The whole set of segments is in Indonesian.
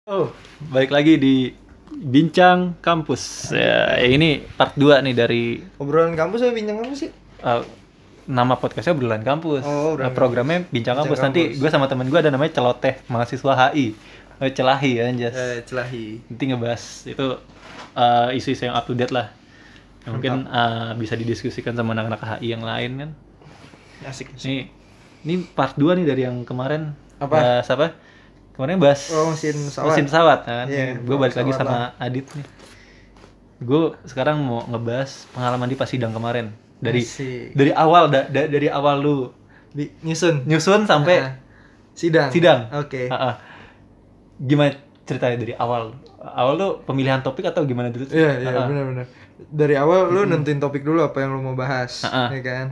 Oh, balik lagi di Bincang Kampus. Ya, ini part 2 nih dari Obrolan kampus apa bincang kampus sih? uh, nama podcastnya Obrolan Kampus. Oh, Obrolan Programnya Kampus. Bincang Bincang Kampus. Nanti Kampus. gue sama temen gue ada namanya Celoteh, mahasiswa HI. Celahi anjas. Celahi. Nanti ngebahas itu isu-isu yang up to date lah. Yang mungkin bisa didiskusikan sama anak-anak HI yang lain kan. Asik. Ini part 2 nih dari yang kemarin. Apa? Bahas apa? Kemarin bahas mesin pesawat. kan. Iya, Gue balik lagi pesawat sama Adit nih. Gue sekarang mau ngebahas pengalaman di pas sidang kemarin. Dari dari awal lu nyusun sampai sidang. Oke. Oke. Gimana ceritanya dari awal? Awal lu pemilihan topik atau gimana dulu? Iya, benar-benar. Dari awal lu nentuin topik dulu apa yang lu mau bahas, ya kan?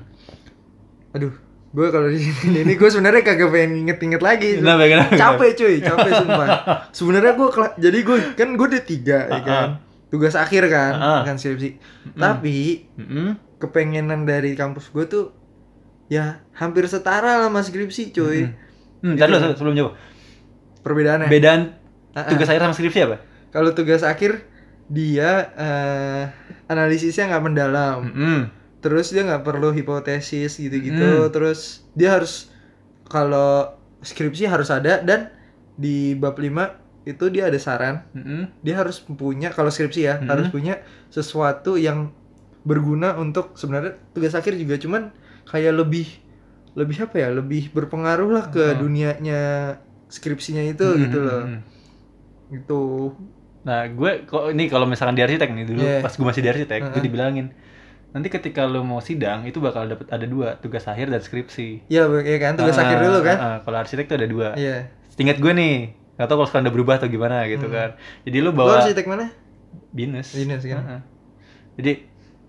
Aduh, gue kalau di sini ini gue sebenarnya kagak pengen inget-inget lagi. Kenapa? Capek sumpah. Sebenarnya jadi gue udah 3 ya kan. Tugas akhir kan skripsi. Tapi kepengenan dari kampus gue tuh ya hampir setara lah sama skripsi, cuy. Ntar lu sebelum jawab. Perbedaannya. Bedaan tugas akhir sama skripsi apa? Kalau tugas akhir dia analisisnya nggak mendalam. Terus dia nggak perlu hipotesis gitu-gitu. Terus dia harus, kalau skripsi harus ada, dan di bab 5 itu dia ada saran. Dia harus punya, kalau skripsi ya, harus punya sesuatu yang berguna untuk, sebenarnya tugas akhir juga cuman kayak lebih apa ya? Lebih berpengaruh lah ke dunianya skripsinya itu gitu loh. Gitu. Nah, gue kok ini kalau misalkan di arsitek nih dulu, pas gue masih di arsitek, gue dibilangin nanti ketika lo mau sidang itu bakal dapat ada 2, tugas akhir dan skripsi. Iya kan, tugas akhir dulu kan. Kalau arsitek tuh ada 2. Iya. Setingat gue nih, nggak tahu kalau sekarang udah berubah atau gimana gitu kan. Jadi lo Lo bawa arsitek mana? binus kan. Jadi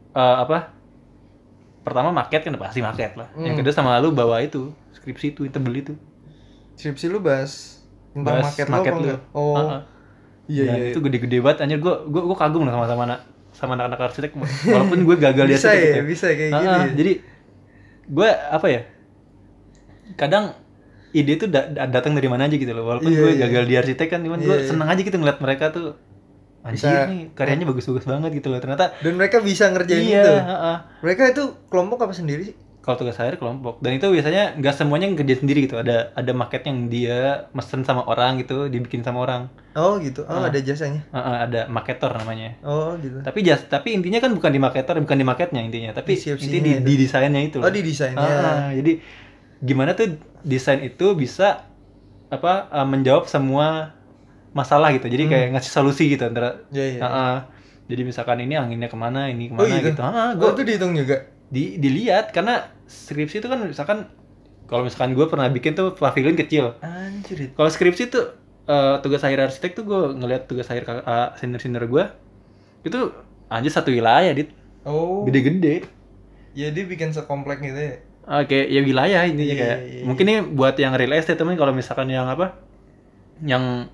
pertama market kan pasti market lah. Yang kedua sama lu bawa itu skripsi itu tebel itu. Skripsi lu bahas tentang market lo apa enggak? Iya. Itu gede-gede banget anjir. Gue kagum lah sama anak-anak arsitek, walaupun gue gagal di arsitek. Bisa kayak gitu ya. Jadi gue apa ya, kadang ide tuh datang dari mana aja gitu loh, walaupun gue gagal di arsitek kan, cuman gue seneng aja gitu ngeliat mereka tuh anjir nih karyanya bagus-bagus banget gitu loh ternyata, dan mereka bisa ngerjain itu. Mereka itu kelompok apa sendiri sih? Kalau tugas akhir kelompok, dan itu biasanya nggak semuanya ngerjain sendiri gitu, ada market yang dia mesen sama orang gitu, dibikin sama orang. Oh gitu. Ada jasanya. Ada marketer namanya. Oh gitu. Tapi intinya kan bukan di marketer, bukan di marketnya intinya, tapi intinya di desainnya itu. Oh, di desainnya. Jadi gimana tuh desain itu bisa menjawab semua masalah gitu. Jadi kayak ngasih solusi gitu antara. Jadi misalkan ini anginnya kemana, ini kemana gitu. Gue tuh dihitung juga. Dilihat, karena skripsi itu kan misalkan, kalau misalkan gue pernah bikin tuh pavilion kecil. Anjir. Kalau skripsi tuh tugas akhir arsitek tuh gue ngeliat tugas akhir senior gue itu anjir satu wilayah dit. Gede-gede. Ya dia bikin sekomplek gitu ya. Oke, ya wilayah intinya kayak. Mungkin ini buat yang real estate temen, kalau misalkan yang yang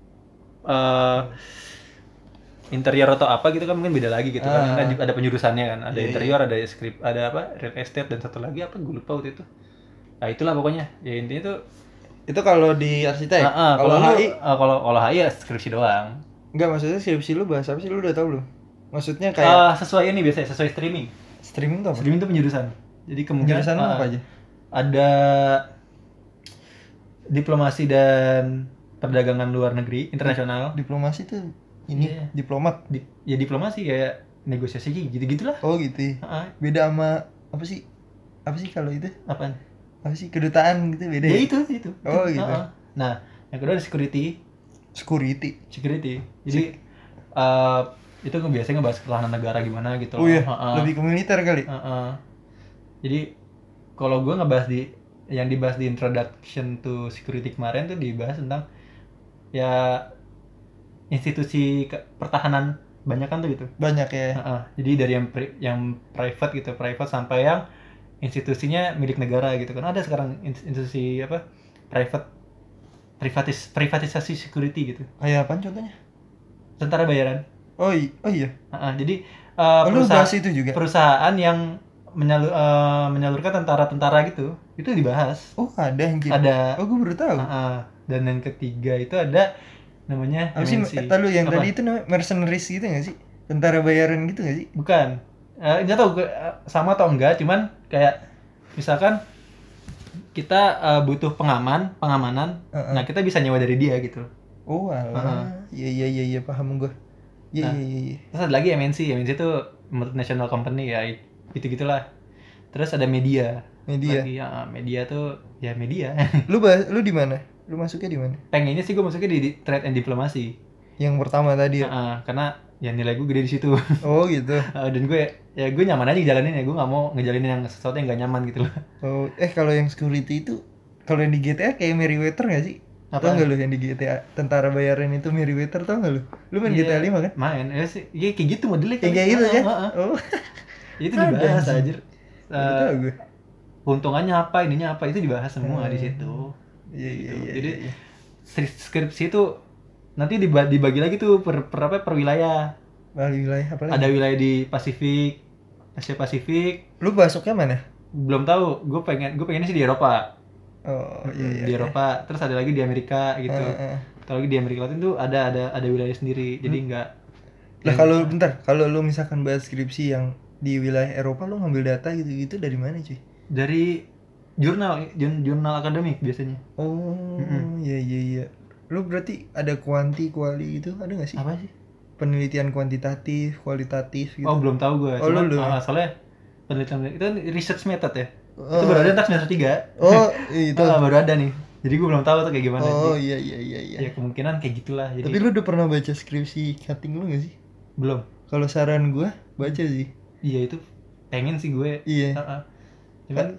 interior atau apa gitu kan mungkin beda lagi gitu kan. Ada penjurusannya kan, ada interior, ada skrip, ada real estate, dan satu lagi apa gue lupa waktu itu. Nah itulah pokoknya. Ya intinya tuh itu kalau di arsitek. Kalau HI, kalau HI ya skripsi doang. Enggak, maksudnya skripsi lu bahas apa sih, lu udah tahu belum? Maksudnya kayak sesuai ini biasanya, sesuai streaming. Streaming tuh apa? Streaming tuh penjurusan. Jadi kemungkinan penjurusan apa aja? Ada diplomasi dan perdagangan luar negeri, internasional. Diplomasi tuh ini diplomat. Ya diplomasi kayak negosiasi gitu-gitulah. Oh gitu. Beda sama apa sih kalau itu? Apaan? Apa sih, kedutaan gitu beda? Ya itu. Oh gitu. Nah, yang kedua ada security. Jadi itu biasanya ngebahas pertahanan negara gimana gitu. Oh iya, lebih ke militer kali. Jadi kalau gue ngebahas yang dibahas di introduction to security kemarin tuh dibahas tentang ya institusi pertahanan banyak kan tuh gitu. Banyak ya. Jadi dari yang private sampai yang institusinya milik negara gitu kan. Ada sekarang institusi privatisasi security gitu. Kayak apa contohnya? Tentara bayaran. Oh iya. Jadi perusahaan yang menyalurkan tentara gitu, itu dibahas. Oh ada anjir. Ada. Oh gue baru tahu. Dan yang ketiga itu ada namanya Apa sih MNC. lu yang Apa? tadi itu namanya mercenaries gitu nggak sih? Tentara bayaran gitu nggak sih? Bukan. Nggak tahu sama atau enggak, cuman kayak misalkan kita butuh pengamanan, Heeh. nah kita bisa nyewa dari dia gitu. Oh Heeh. alah, iya paham gue. Iya Nah, iya iya. Iya. terus ada lagi MNC itu multinational company ya, gitu gitulah. Terus ada media Media. lagi, ya media tuh ya media. Lu di mana? Lu masuknya di mana? Pengennya sih gue masuknya di trade and diplomasi. Yang pertama tadi ya. Karena ya nilai gue gede di situ. Oh gitu. Dan gue nyaman aja ngejalanin ya, gue nggak mau ngejalanin yang sesuatu yang nggak nyaman gitu loh. Oh, kalau yang security itu, kalau yang di GTA kayak Meriwether nggak sih? Tau Apaan? nggak lu yang di GTA tentara bayaran itu Meriwether, tau nggak lu? Lu main Iya, GTA 5 kan? main ya sih, ya kayak gitu modelnya Yang kali. kayak gitu kan? Heeh. Oh, Ya, itu ada dibahas anjing. aja. Baru tau gue. Keuntungannya apa, ininya apa, itu dibahas semua di situ. Iya iya Gitu. iya. Jadi iya. skripsi itu nanti dibagi lagi tuh per wilayah. Bali wilayah apa lagi? Ada wilayah di Pasifik, Asia Pasifik. Lu masuknya mana? Belum tahu, gue pengennya sih di Eropa. Oh iya iya. Di Eropa, terus ada lagi di Amerika gitu. Heeh. Kalau lagi di Amerika Latin tuh ada wilayah sendiri, jadi nggak. Lah kalau lu misalkan bahas skripsi yang di wilayah Eropa, lu ngambil data gitu-gitu dari mana cuy? Dari jurnal akademik biasanya. Oh iya iya iya. Lu berarti ada kuali gitu, ada nggak sih? Apa sih? Penelitian kuantitatif, kualitatif gitu. Oh, belum tahu gue. Oh, Cuman lu. soalnya penelitian itu kan research method ya. Oh. Itu baru ada ntar semester 3. Oh, itu. Baru ada nih. Jadi gue belum tahu tuh kayak gimana. Oh Jadi, iya iya iya iya. ya kemungkinan kayak gitulah. Jadi Tapi lu udah pernah baca skripsi cutting lu gak sih? belum. Kalau saran gua baca sih. Iya, itu pengen sih gue. Iya. Cuman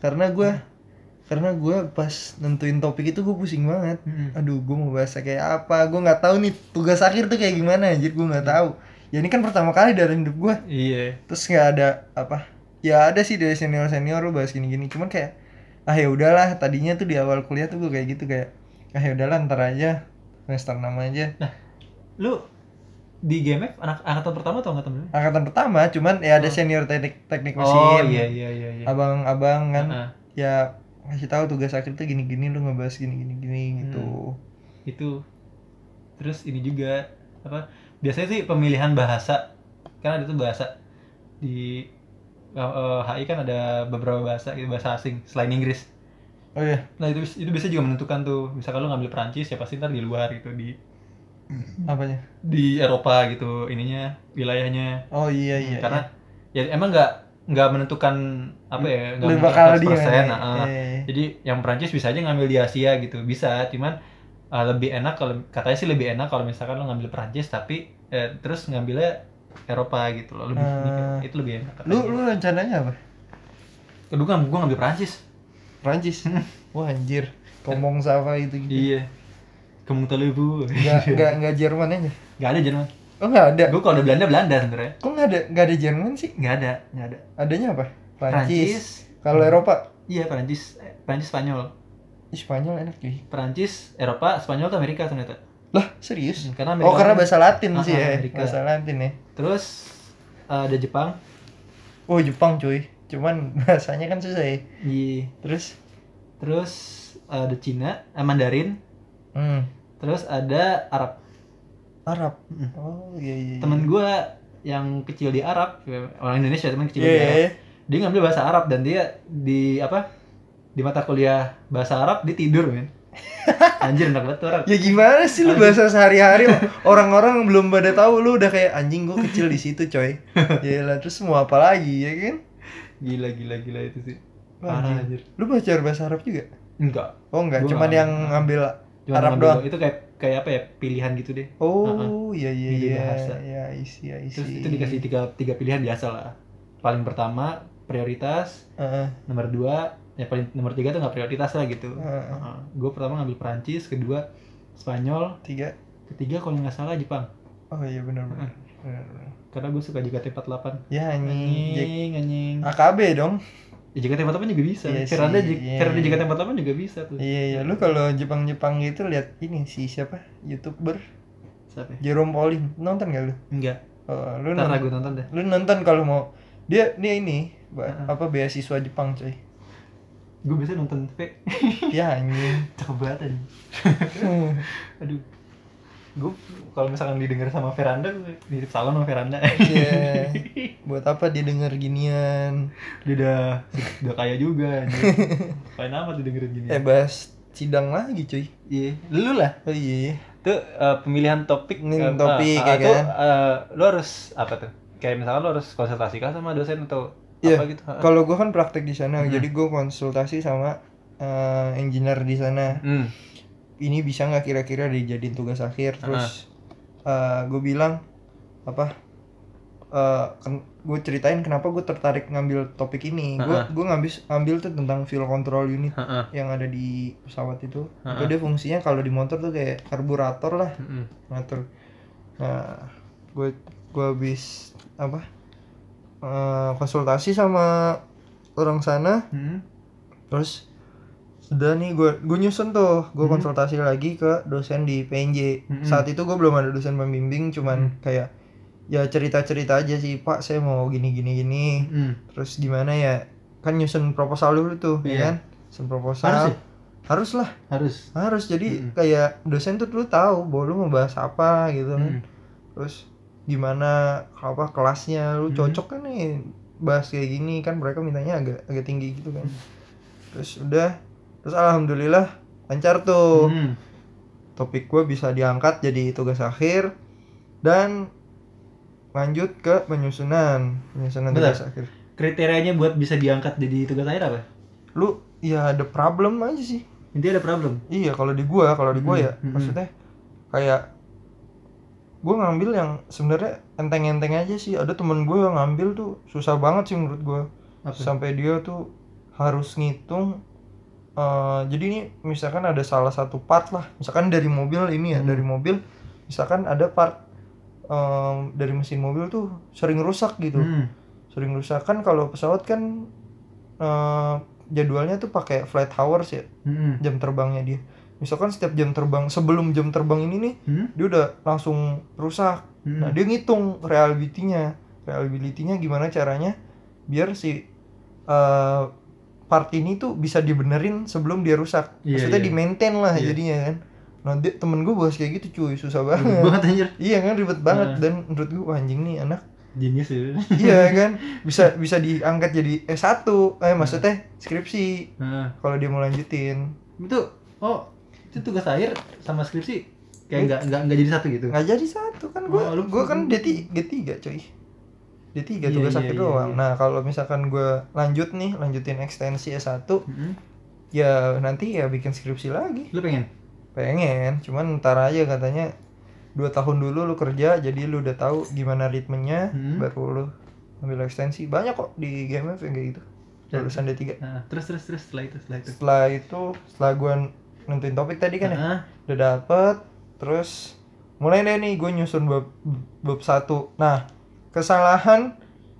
Karena gua pas nentuin topik itu gua pusing banget. Mm-mm. Aduh, gua mau bahas kayak apa? Gua nggak tahu nih tugas akhir tuh kayak gimana anjir, gua nggak tahu. Ya ini kan pertama kali dalam hidup gua. iya. Terus nggak ada apa? Ya ada sih dari senior lu bahas gini-gini. Cuman kayak ya udahlah, tadinya tuh di awal kuliah tuh gua kayak gitu kayak ya udahlah ntar aja semester 6 aja. Nah, lu di GMF angkatan pertama atau angkatan berapa? Angkatan pertama, cuman ya ada senior teknik mesin. Oh iya. Abang-abang kan Heeh. ya kasih tahu tugas akhir tuh gini-gini, lu ngebahas gini gitu. Itu. Terus ini juga apa? Biasanya sih pemilihan bahasa. Kan ada tuh bahasa di HI kan ada beberapa bahasa gitu, bahasa asing selain Inggris. Oh iya. Nah, itu biasanya juga menentukan tuh. Misalkan lu ngambil Perancis ya pasti ntar di luar gitu, Apanya? di Eropa gitu ininya, wilayahnya. Oh iya iya. Karena iya. ya emang nggak menentukan apa ya, nggak Lu menentukan bakal di 100%. mana? Jadi yang Perancis bisa aja ngambil di Asia gitu, bisa. Cuman lebih enak kalau katanya sih lebih enak kalau misalkan lo ngambil Perancis tapi terus ngambilnya Eropa gitu loh, lebih itu lebih enak katanya. Lu rencananya apa? Kedua kan gue ngambil Perancis. Prancis. Wah anjir. Ngomong sama itu gitu. Iya. Kamu tahu bu? Enggak Jerman aja. Gak ada Jerman. Oh enggak ada. Gue kalau ada Belanda sebenarnya. Kok enggak ada Jerman sih? Nggak ada. Adanya apa? Prancis. Kalau Eropa? Iya, Perancis Spanyol. Spanyol enak cuy. Perancis, Eropa, Spanyol tuh Amerika ternyata. Lah, serius? Karena Amerika Karena bahasa Latin sih ya. Amerika. Bahasa Latin ya. Terus ada Jepang. Oh, Jepang cuy. Cuman bahasanya kan susah ya. Iya. Terus ada Cina, Mandarin. Terus ada Arab. Oh iya. Temen gue yang kecil di Arab, orang Indonesia temen kecil di Arab. Dia ngambil bahasa Arab dan dia di mata kuliah bahasa Arab dia tidur, men. Anjir, enak banget tuh orang. Ya gimana sih lu bahasa sehari-hari, orang-orang belum pada tahu lu udah kayak anjing gua kecil di situ, coy. Yalah, terus mau apa lagi ya kan? Gila itu sih. Parah anjir. Lu belajar bahasa Arab juga? Enggak. Oh enggak, cuman yang ngambil Arab doang. Itu kayak apa ya? Pilihan gitu deh. Oh, iya. Bahasa. Ya, isi. Terus itu dikasih tiga pilihan biasa lah. Paling pertama prioritas, nomor 2 ya paling nomor 3 tuh nggak prioritas lah gitu. Gue pertama ngambil Perancis, kedua Spanyol, ketiga kalau nggak salah Jepang. Oh iya benar. Karena gue suka JKT48. Ya anjing. AKB dong. Ya JKT48 juga bisa. Iya Veranda sih, JKT48 juga bisa tuh. Iya. Lu kalau Jepang gitu lihat ini si siapa? YouTuber Siapa? Jerome Pauline. Nonton gak lu? Enggak. Oh, lu Ntar gue nonton deh. Lu nonton kalau mau. Dia ini beasiswa Jepang, coy. Gue biasa nonton TV. Ya anjing. Cakep banget anjing. Aduh. Gue kalau misalkan didengar sama Veranda, gue nitip salam sama Veranda. Iya. Buat apa dia denger ginian? Dia udah kaya juga anjir. Kayak amat didengerin gini. Bahas sidang lagi cuy. Iya, lu lah. Oh iya. Tuh pemilihan topik Topik ya tuh, kan. lu harus apa tuh? Kayak misalkan lu harus konsultasi kah sama dosen atau Iya. apa gitu? Kalau gue kan praktek di sana, jadi gue konsultasi sama engineer di sana. Ini bisa nggak kira-kira dijadiin tugas akhir? Terus gue bilang apa? Gue ceritain kenapa gue tertarik ngambil topik ini. Gue ngambil tuh tentang fuel control unit yang ada di pesawat itu. Itu dia fungsinya kalau di motor tuh kayak karburator lah, ngatur. Nah, gue habis apa? Konsultasi sama orang sana. Terus udah nih gue nyusun tuh, gue konsultasi lagi ke dosen di PNJ. Saat itu gue belum ada dosen pembimbing, cuman kayak ya cerita-cerita aja sih, Pak saya mau gini. Terus gimana ya, kan nyusun proposal dulu tuh, ya kan? Nyusun proposal. Harus. Jadi kayak dosen tuh dulu tahu bahwa lu mau bahas apa gitu kan. Terus gimana apa kelasnya, lu cocok kan nih bahas kayak gini kan, mereka mintanya agak tinggi gitu kan. Terus alhamdulillah lancar tuh. Topik gue bisa diangkat jadi tugas akhir dan lanjut ke penyusunan tugas akhir. Kriterianya buat bisa diangkat jadi tugas akhir apa? Lu ya ada problem aja sih. Intinya ada problem. Iya, kalau di gua ya maksudnya kayak gua ngambil yang sebenarnya enteng-enteng aja sih. Ada temen gua yang ngambil tuh susah banget sih menurut gua. Sampai dia tuh harus ngitung jadi ini misalkan ada salah satu part lah, misalkan dari mobil ini ya, dari mobil misalkan ada part dari mesin mobil tuh sering rusak gitu. Sering rusak kan, kalau pesawat kan jadwalnya tuh pakai flight hours ya, jam terbangnya dia. Misalkan setiap jam terbang, sebelum jam terbang ini nih dia udah langsung rusak. Nah dia ngitung reliability-nya gimana caranya biar si part ini tuh bisa dibenerin sebelum dia rusak. Maksudnya di maintain lah jadinya kan. Nah temen gue bahas kayak gitu cuy, susah banget. Ribet banget anjir. Iya kan, ribet banget. Dan menurut gue anjing nih anak jenius ya. Iya kan, bisa diangkat jadi S1, maksudnya skripsi. Kalau dia mau lanjutin. Itu tugas akhir sama skripsi kayak enggak jadi satu gitu. Enggak jadi satu kan, gue kan D3 coy. D3 tugas akhir doang. Nah, kalau misalkan gue lanjutin ekstensi S1, ya nanti ya bikin skripsi lagi. Lu pengen, cuman ntar aja katanya 2 tahun dulu lu kerja, jadi lu udah tahu gimana ritmenya, baru lu ambil ekstensi. Banyak kok di GMF yang kayak gitu, lulusan D3. Terus setelah itu Setelah gue nentuin topik tadi kan ya, udah dapet. Terus mulai deh nih gue nyusun bab 1. Nah, kesalahan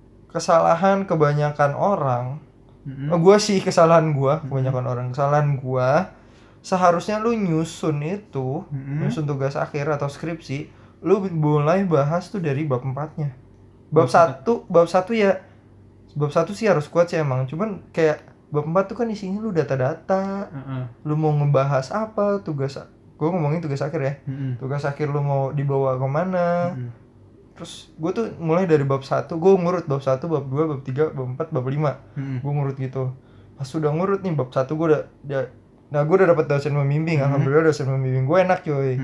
kebanyakan orang, kesalahan gue, seharusnya lu nyusun tugas akhir atau skripsi, lu mulai bahas tuh dari bab 4-nya. Bab 1 sih harus kuat sih emang, cuman kayak bab 4 tuh kan isinya lu data-data. Lu mau ngebahas apa, gue ngomongin tugas akhir ya. Tugas akhir lu mau dibawa kemana. Terus gue tuh mulai dari bab 1, gue ngurut bab 1, bab 2, bab 3, bab 4, bab 5. Gue ngurut gitu. Pas udah ngurut nih bab 1 gue udah dapet dosen pembimbing. Alhamdulillah dosen pembimbing gue enak cuy.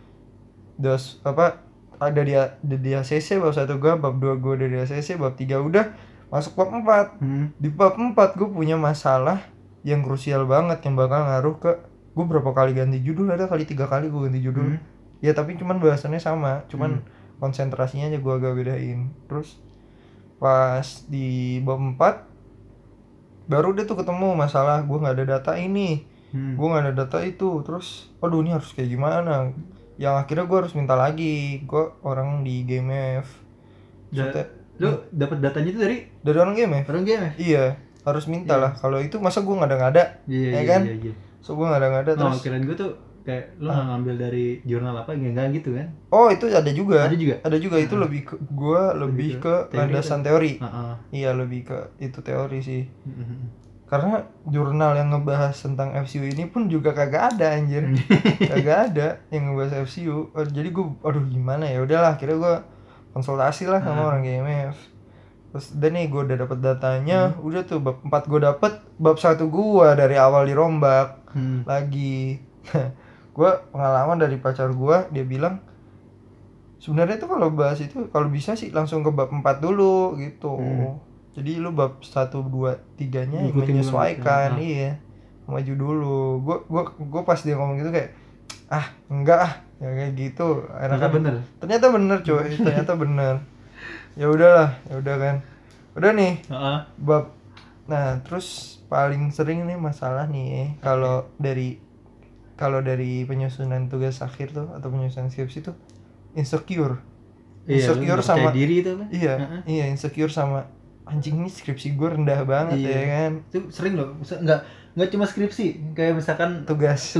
Ada di ACC bab 1 gue, bab 2 gue dari ACC, bab 3 udah masuk bab 4. Di bab 4 gue punya masalah yang krusial banget, yang bakal ngaruh ke gue berapa kali ganti judul, ada kali 3 kali gue ganti judul. Ya tapi cuman bahasannya sama, cuman konsentrasinya aja gue agak bedain. Terus pas di bab 4 baru dia tuh ketemu masalah gue nggak ada data ini, gue nggak ada data itu. Terus aduh ini harus kayak gimana, yang akhirnya gue harus minta lagi, gue orang di GMF. Lu dapat datanya itu dari orang GMF? Iya, harus minta lah. Kalau itu masa gue nggak ada, ya kan? So gue nggak ada terus. Kirain gue tuh kayak lu ngambil dari jurnal apa, enggak gitu kan? Oh itu ada juga. Itu lebih ke landasan teori. Iya lebih ke itu teori sih. karena jurnal yang ngebahas tentang FCU ini pun juga kagak ada anjir. Kagak ada yang ngebahas FCU. Jadi gue aduh gimana ya, udahlah akhirnya gue konsultasi lah sama orang GMF. Terus udah nih gue udah dapet datanya, udah tuh bab 4 gue dapet, bab 1 gue dari awal dirombak lagi. Gue pengalaman dari pacar gue, dia bilang sebenarnya tuh kalau bahas itu kalau bisa sih langsung ke bab 4 dulu gitu. Jadi lu bab 1 2 3-nya menyesuaikan, iya. Maju dulu. Gue pas dia ngomong gitu kayak enggak ya kayak gitu. Ternyata bener coy, ternyata bener. Ya udahlah, ya udah kan. Udah nih. Bab. Nah, terus paling sering nih masalah nih kalau dari penyusunan tugas akhir tuh atau penyusunan skripsi tuh insecure sama diri itu kan? Iya insecure sama anjing nih skripsi gue rendah banget ya kan. Itu sering loh, nggak cuma skripsi, kayak misalkan tugas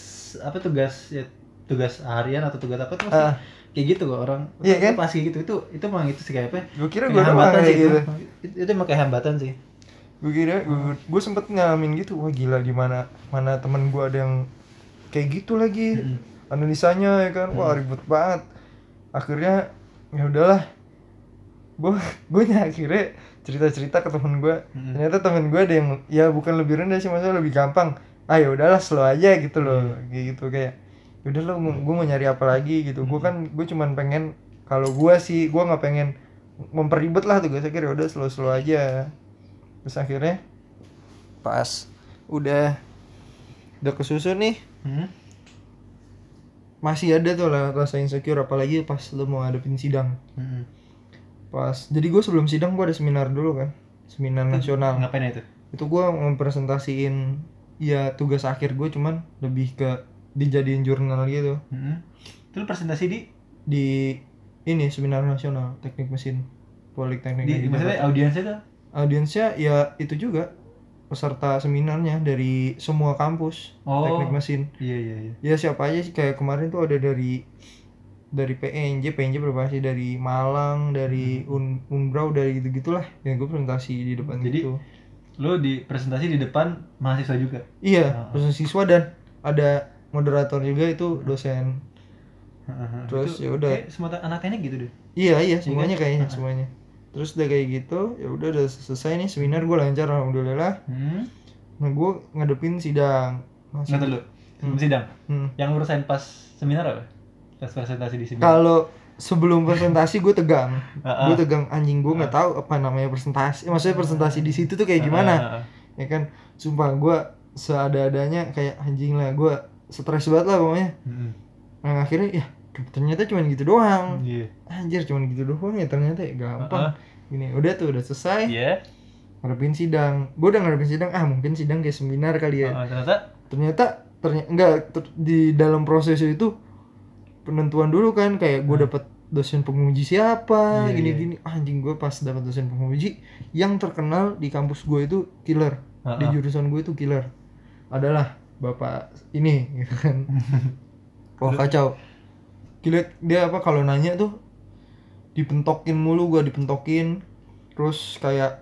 harian atau tugas apa tuh kayak gitu kok orang. Iya kan? Pasti gitu, itu emang itu sih kayak apa? Gue kira gue hambatan sih gitu. Itu emang kayak hambatan sih. Gue kira gue sempet ngalamin gitu, wah gila di mana temen gue ada yang kayak gitu lagi analisanya ya kan, wah ribet banget. Akhirnya ya udahlah, gue akhirnya cerita ke temen gue. Ternyata temen gue ada yang ya bukan lebih rendah sih, maksudnya lebih gampang. Ya udahlah slow aja gitu loh, kayak gitu kayak udah lo gue mau nyari apa lagi gitu. Gue cuman pengen, kalau gue sih gue nggak pengen memperibet lah tugas akhir, ya udah slow aja. Terus akhirnya pas udah kesusun nih masih ada tuh lah rasa insecure, apalagi pas lo mau hadapin sidang. Jadi gue sebelum sidang gue ada seminar dulu kan, seminar nasional. Ngapain itu? Itu gue mempresentasiin ya tugas akhir gue, cuman lebih ke dijadiin jurnal gitu. Itu presentasi di ini seminar nasional teknik mesin Politeknik. Maksudnya audiensnya ya itu juga peserta seminarnya dari semua kampus teknik mesin. Iya. Ya siapa aja sih, kayak kemarin tuh ada dari PNJ berapa sih, dari Malang, dari Unbrau, dari gitu-gitulah. Ya gue presentasi di depan gitu. Lo di presentasi di depan mahasiswa juga? Iya, mahasiswa dan ada moderator juga, itu dosen. Terus ya udah semua anak-anaknya gitu deh. Iya semuanya kayaknya semuanya. Terus udah kayak gitu, ya udah selesai nih seminar, gue lancar alhamdulillah. Nah gue ngadepin sidang. Nggak tahu lo sebelum sidang. Yang lu rasain pas seminar apa? Pas presentasi di seminar. Kalau sebelum presentasi gue tegang. Gue tegang anjing, gue nggak tahu apa namanya presentasi. Maksudnya presentasi di situ tuh kayak gimana? Ya kan, sumpah gue seada-adanya kayak anjing lah, gue stres banget lah pokoknya. Nah akhirnya ya ternyata cuma gitu doang. Anjir cuma gitu doang ya, ternyata ya gampang. Gini udah selesai. Ngadepin sidang. Gue udah ngadepin sidang, mungkin sidang kayak seminar kali ya. Ternyata enggak, di dalam proses itu penentuan dulu kan, kayak gue dapet dosen penguji siapa, gini-gini. Anjing, gue pas dapet dosen penguji yang terkenal di kampus gue itu killer. Di jurusan gue itu killer. Adalah bapak ini gitu kan. Wah kacau. Gila, dia apa kalau nanya tuh dipentokin mulu, gue dipentokin. Terus kayak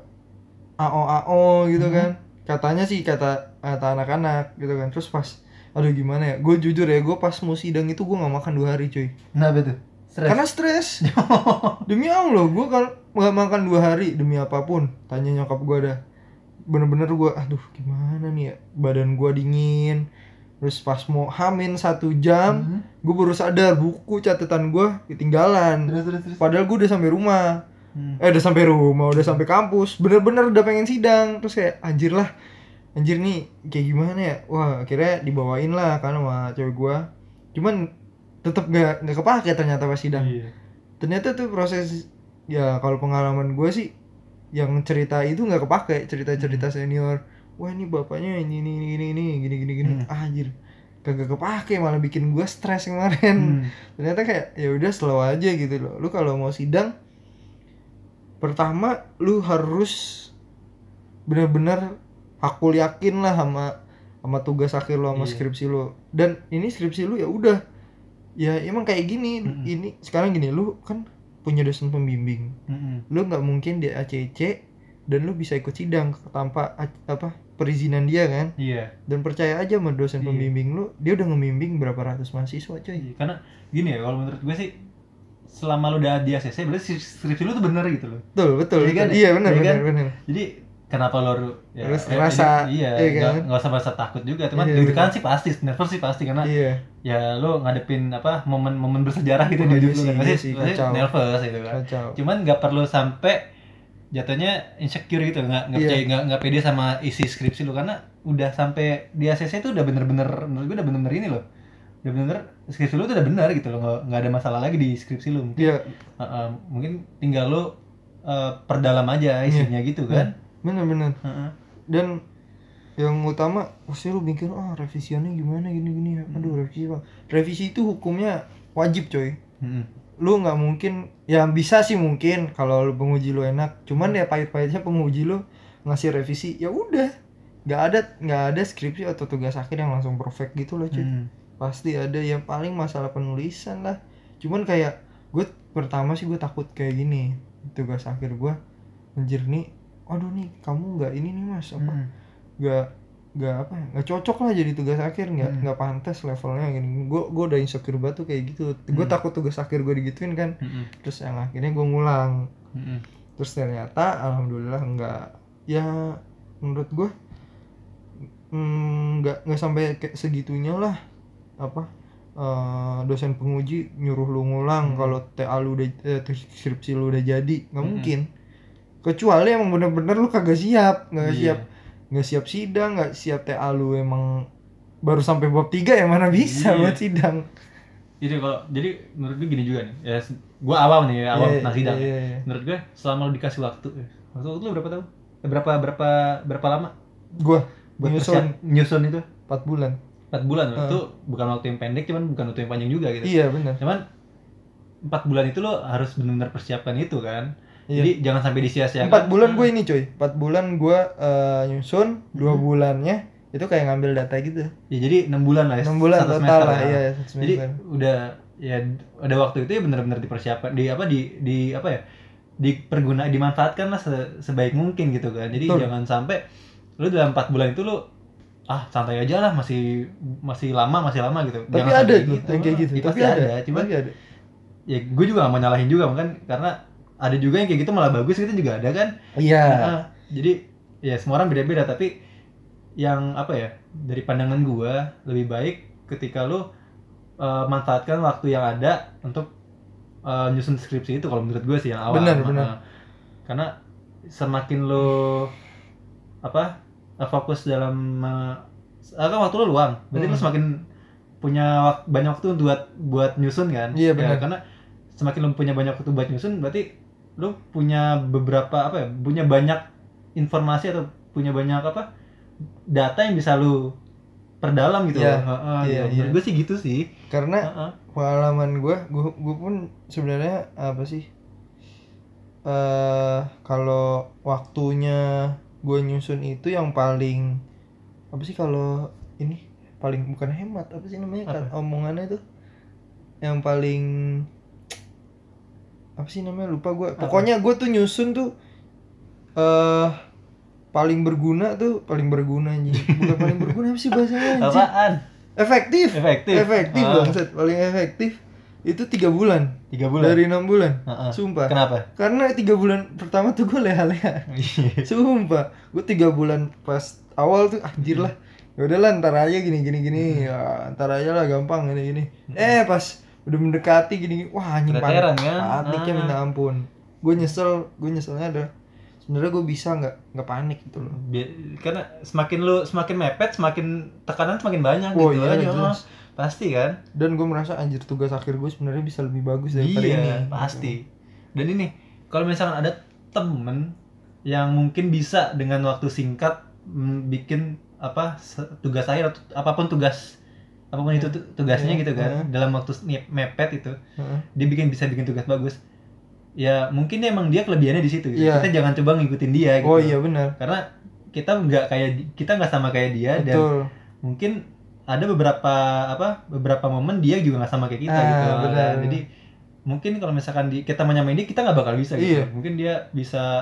AO gitu kan. Katanya sih kata anak-anak gitu kan. Terus pas aduh gimana ya, gue jujur ya, gue pas mau sidang itu gue gak makan 2 hari cuy. Kenapa tuh? Karena stres. Demi Allah gue gak makan 2 hari demi apapun. Tanya nyokap gue dah, bener-bener gue aduh gimana nih ya, badan gue dingin. Terus pas mau hamin 1 jam gue baru sadar buku catatan gue ketinggalan. Terus. Padahal gue udah sampai rumah. Udah sampai kampus, bener-bener udah pengen sidang. Terus kayak anjir nih kayak gimana ya. Wah akhirnya dibawain lah kan sama cewek gue. Cuman tetep gak kepake ternyata pas sidang. Ternyata tuh proses, ya kalau pengalaman gue sih yang cerita itu gak kepake, cerita-cerita senior. Wah ini bapaknya ini gini. Anjir kagak kepake, malah bikin gue stres kemarin. Ternyata kayak ya udah slow aja gitu loh. Lu kalau mau sidang, pertama lu harus benar-benar hakul yakin lah sama tugas akhir lu, sama skripsi lu. Dan ini skripsi lu ya udah, ya emang kayak gini. Ini sekarang gini, lu kan punya dosen pembimbing. Lu nggak mungkin di ACC dan lu bisa ikut sidang tanpa perizinan dia kan. Iya. Dan percaya aja sama dosen Iya. pembimbing lu, dia udah ngembimbing berapa ratus mahasiswa coy. Iya, karena gini ya, kalau menurut gue sih selama lu udah di ACC berarti skripsi lu tuh bener gitu loh. Betul. Iya kan? Iya benar. Jadi kenapa lo ya, Terus ngerasa, iya kan? nggak usah merasa takut juga, cuman Iya, deg-degan bener. sih pasti, nervous sih pasti, karena Iya. ya lo ngadepin momen bersejarah gitu di Iya hidup lo kan, sih, pasti kacau. nervous gitu kan. Kacau. Cuman nggak perlu sampai jatuhnya insecure gitu, nggak Iya. percaya, nggak pede sama isi skripsi lo, karena udah sampai di ACC itu udah bener-bener, menurut gue udah bener-bener ini loh, udah bener skripsi lu tuh udah benar gitu loh, nggak ada masalah lagi di skripsi lu. Mungkin Iya. mungkin tinggal lu perdalam aja isinya gitu kan. Bener. Dan yang utama pasti lu mikir revisiannya gimana gini. Aduh, revisi itu hukumnya wajib coy. Lu nggak mungkin, ya bisa sih mungkin kalau lu penguji lu enak, cuman ya pahit-pahitnya penguji lu ngasih revisi ya udah nggak ada skripsi atau tugas akhir yang langsung perfect gitu loh cuy. Pasti ada yang paling masalah penulisan lah. Cuman kayak gue pertama sih gue takut kayak gini, tugas akhir gue anjir nih, aduh nih kamu nggak ini nih mas nggak cocok lah jadi tugas akhir, nggak pantas levelnya gini. Gue udah insecure banget tuh kayak gitu. Gue takut tugas akhir gue digituin kan. Terus yang akhirnya gue ngulang. Terus ternyata alhamdulillah enggak, ya menurut gue nggak sampai kayak segitunya lah dosen penguji nyuruh lu ngulang kalau TA lu udah skripsi lu udah jadi. Nggak mungkin, kecuali emang bener-bener lu kagak siap, nggak siap sidang, nggak siap TA lu emang baru sampai bab 3 ya mana bisa buat sidang. Jadi jadi menurut gue gini juga nih ya, gue awam tentang sidang. Menurut gue selama lu dikasih waktu lu berapa tahun, berapa lama gue buat nyusun itu 4 bulan itu bukan waktu yang pendek, cuman bukan waktu yang panjang juga gitu. Iya benar. Cuman 4 bulan itu lo harus benar-benar persiapkan itu kan. Iya. Jadi jangan sampai disia-siakan. 4 bulan gue ini coy, 4 bulan gue nyusun, 2 bulannya itu kayak ngambil data gitu. Ya jadi 6 bulan lah ya. 6 bulan total lah, iya. Jadi udah ya ada waktu itu ya benar-benar dipersiapkan, dimanfaatkan lah sebaik mungkin gitu kan. Jadi jangan sampai lu dalam 4 bulan itu lu santai aja lah, masih lama gitu. Tapi jangan ada tuh yang kayak gitu. Ya, pasti ada. Cuman ya gue juga gak mau nyalahin juga kan, karena ada juga yang kayak gitu malah bagus gitu juga ada kan. Iya. Jadi ya semua orang beda-beda, tapi yang dari pandangan gue lebih baik ketika lu manfaatkan waktu yang ada untuk nyusun skripsi itu, kalau menurut gue sih yang awal. Benar. Karena semakin lu fokus dalam kan waktu lu luang, berarti lu semakin punya banyak waktu buat nyusun kan. Iya benar. Ya, karena semakin lu punya banyak waktu buat nyusun, berarti lu punya beberapa punya banyak informasi atau punya banyak data yang bisa lu perdalam gitu. Iya. Menurut gue sih gitu sih. Karena pengalaman gue pun sebenarnya kalau waktunya gue nyusun itu yang paling kalau ini paling bukan hemat, namanya omongannya itu yang paling lupa gue. Pokoknya gue tuh nyusun tuh paling berguna anjing. Bukan paling berguna, apa sih bahasanya anjing? Apaan? Efektif bangsat. Paling efektif itu 3 bulan. 3 bulan? Dari 6 bulan. Sumpah. Kenapa? Karena 3 bulan pertama tuh gue leha-leha. Sumpah. Gue 3 bulan pas awal tuh anjir lah. Ya udahlah ntar aja gini. Ya, ntar aja lah gampang gini. Pas udah mendekati gini. Wah anjing paniknya minta ampun. Gue nyeselnya ada. Sebenarnya gue bisa nggak panik gitu loh. Karena semakin mepet, semakin tekanan semakin banyak gitu aja. Pasti kan. Dan gue merasa anjir tugas akhir gue sebenarnya bisa lebih bagus daripada ini. Iya pasti. Dan ini kalau misalkan ada temen yang mungkin bisa dengan waktu singkat bikin tugas akhir atau apapun itu tugasnya gitu kan, dalam waktu mepet itu dia bisa bikin tugas bagus. Ya mungkin emang dia kelebihannya di situ gitu. Kita jangan coba ngikutin dia gitu. Oh iya benar. Karena kita nggak sama kayak dia. Betul. Dan mungkin ada beberapa momen dia juga nggak sama kayak kita gitu. Benar. Jadi mungkin kalau misalkan kita menyamain dia, kita nggak bakal bisa gitu. Mungkin dia bisa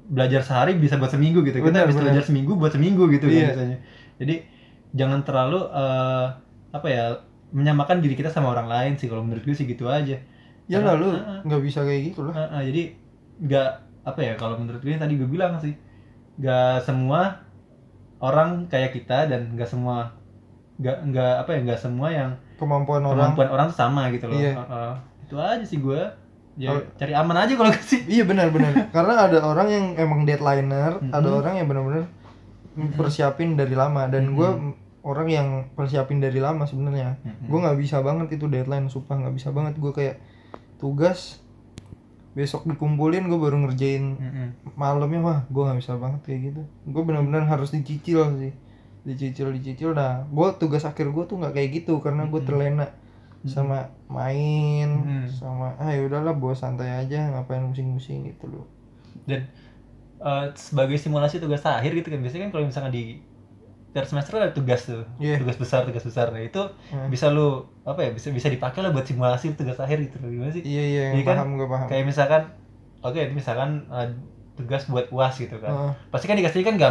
belajar sehari bisa buat seminggu gitu. Kita Benar, habis benar. belajar seminggu buat seminggu gitu kan Iya. biasanya. Jadi jangan terlalu apa ya, menyamakan diri kita sama orang lain sih, kalau menurut gue sih gitu aja. Ya Karena, lalu nggak bisa kayak gitu lah. jadi nggak apa ya, kalau menurut gue yang tadi gue bilang sih, nggak semua orang kayak kita, dan nggak semua nggak apa ya, nggak semua yang Kemampuan orang tuh sama gitu loh. Iya. Itu aja sih gue. Ya, cari aman aja kalau gue sih. Iya benar-benar. Karena ada orang yang emang deadlineer, ada orang yang benar-benar persiapin dari lama, dan gue orang yang persiapin dari lama sebenarnya. Gue nggak bisa banget itu deadline, sumpah nggak bisa banget. Gue kayak tugas besok dikumpulin, gue baru ngerjain malamnya, wah gue nggak bisa banget kayak gitu. Gue benar-benar harus dicicil sih, dicicil. Nah gue tugas akhir gue tuh nggak kayak gitu, karena gue terlena sama main, sama ya udahlah bawa santai aja, ngapain pusing-pusing gitu loh. Dan sebagai simulasi tugas akhir gitu kan, biasanya kan kalau misalkan di tiap semester ada tugas tuh, tugas besar. Nah itu bisa lu apa ya, bisa dipakai lah buat simulasi tugas akhir gitu loh. Gimana sih? Iya Jadi kan, gue paham. kayak misalkan misalkan tugas buat UAS gitu kan, pasti kan dikasih kan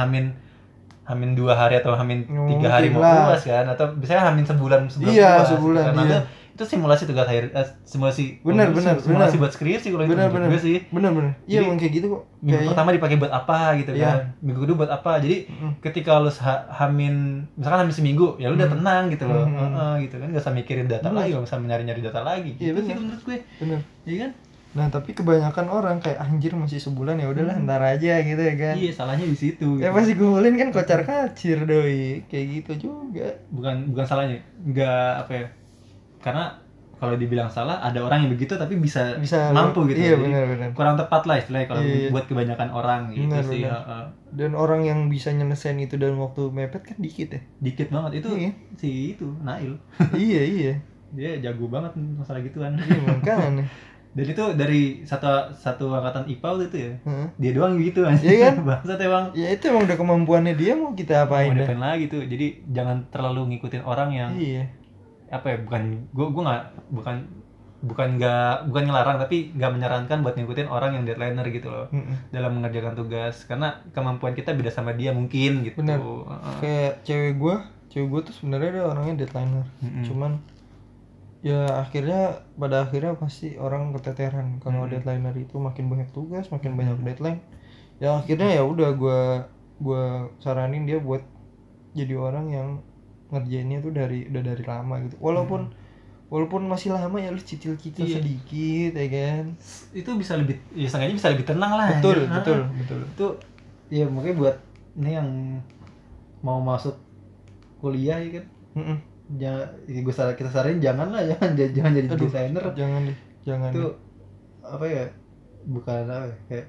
hamin 2 hari atau hamin 3 hari mau UAS kan, atau biasanya hamin sebulan sebelum UAS. Sebulan, gitu kan. Itu simulasi tugas akhir, simulasi buat skripsi kalau itu menurut gue sih. Bener. Iya emang kayak gitu kok. Minggu pertama dipakai buat apa gitu kan, minggu kedua buat apa. Jadi ketika lu misalkan hamin seminggu, ya lu udah tenang gitu loh. Gitu kan, gak usah mikirin data lagi, gak usah nyari data lagi. Iya gitu sih menurut gue. Bener. Iya kan? Nah tapi kebanyakan orang kayak anjir masih sebulan, ya udahlah ntar aja gitu ya kan. Iya, salahnya di situ. Ya pasti kumpulin kan kocar kacir doi, kayak gitu juga. Bukan salahnya, nggak apa ya, karena kalau dibilang salah, ada orang yang begitu tapi bisa mampu gitu. Iya, jadi benar. kurang tepat lah istilahnya kalau buat kebanyakan orang gitu. Benar, sih. Dan orang yang bisa nyelesain itu dalam waktu mepet kan dikit ya. Dikit banget itu. Si itu Nail. Iya. Dia jago banget masalah gituan. Iya makanya. Dan itu dari satu angkatan IPA waktu itu ya. Dia doang gitu aja. Iya kan? Bangsat emang. Ya itu emang udah kemampuannya dia, mau kita apain dah. Mau lagi tuh. Jadi jangan terlalu ngikutin orang yang apa ya, bukan ngelarang, tapi nggak menyarankan buat ngikutin orang yang deadlineer gitu loh dalam mengerjakan tugas, karena kemampuan kita beda sama dia mungkin gitu. Bener. Kayak cewek gue tuh sebenarnya dia orangnya deadlineer, cuman ya pada akhirnya pasti orang keteteran kalau deadlineer itu makin banyak tugas, makin banyak deadline. Ya akhirnya ya udah gue saranin dia buat jadi orang yang ngerjainnya tuh udah dari lama gitu. Walaupun masih lama ya lu cicil sedikit ya kan. Itu bisa lebih, ya seenggaknya bisa lebih tenang lah. Betul. Itu ya mungkin buat ini yang mau masuk kuliah ya kan. Kita saranin jangan jadi desainer. Jangan. Itu apa ya? Bukan apa ya? Kayak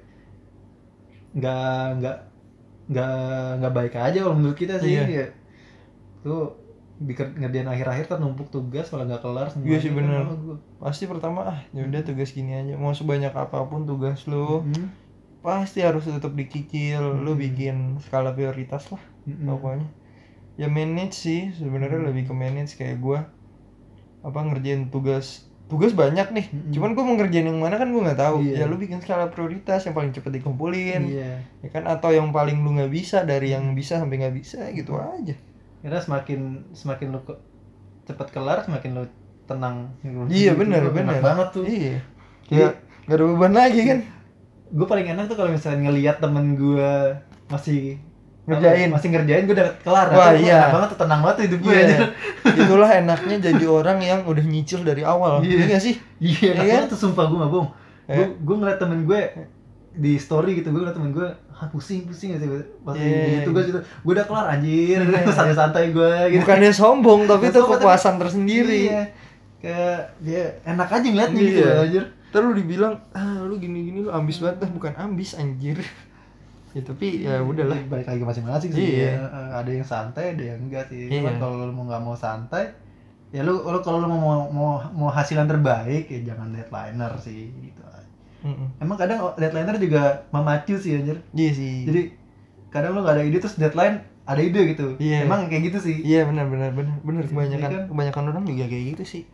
nggak baik aja kalau menurut kita sih. Ya. Tuh ngerjain akhir-akhir kan numpuk tugas, kalau nggak kelar semuanya. Iya sih bener. Pasti pertama ya udah tugas gini aja, mau sebanyak apapun tugas lu pasti harus tetap dicicil. Lu bikin skala prioritas lah pokoknya. Ya manage sih sebenarnya, lebih ke manage. Kayak gue ngerjain tugas banyak nih, cuman gue mau ngerjain yang mana kan gue nggak tahu. Ya lu bikin skala prioritas yang paling cepet dikumpulin, ya kan, atau yang paling lu nggak bisa dari yang bisa sampai nggak bisa gitu aja. Karena semakin lu cepat kelar, semakin lu tenang. Iya benar banget tuh. Iya. Kayak nggak ada beban lagi kan. Gue paling enak tuh kalau misalnya ngelihat temen gue masih ngerjain, gue udah kelar. Wah iya. Enak banget tuh, tenang banget tuh hidup gue. Itulah enaknya jadi orang yang udah nyicil dari awal. Iya nggak sih? Iya kan? Tuh sumpah gue nggak bohong. Gue ngeliat temen gue di story gitu, gue ngeliat temen gue pusing gak sih pas bikin tugas gitu. Gue udah kelar anjir, santai-santai gue gitu. Bukannya sombong, tapi itu kepuasan tersendiri. Iya. Kayak dia enak aja ngeliatnya gitu anjir. Terus lu dibilang, lu gini-gini lu ambis banget. Bukan ambis anjir. Ya tapi ya udahlah, balik lagi masing-masing sih. Ada yang santai, ada yang enggak sih. Cuman kalau lu mau nggak mau santai, ya lu kalau lu mau hasilan terbaik, ya jangan deadlineer sih gitu. Emang kadang deadlineer juga memacu sih anjir. Iya sih. Jadi kadang lu nggak ada ide terus deadline ada ide gitu. Emang kayak gitu sih. Iya benar. Kebanyakan orang juga kayak gitu sih.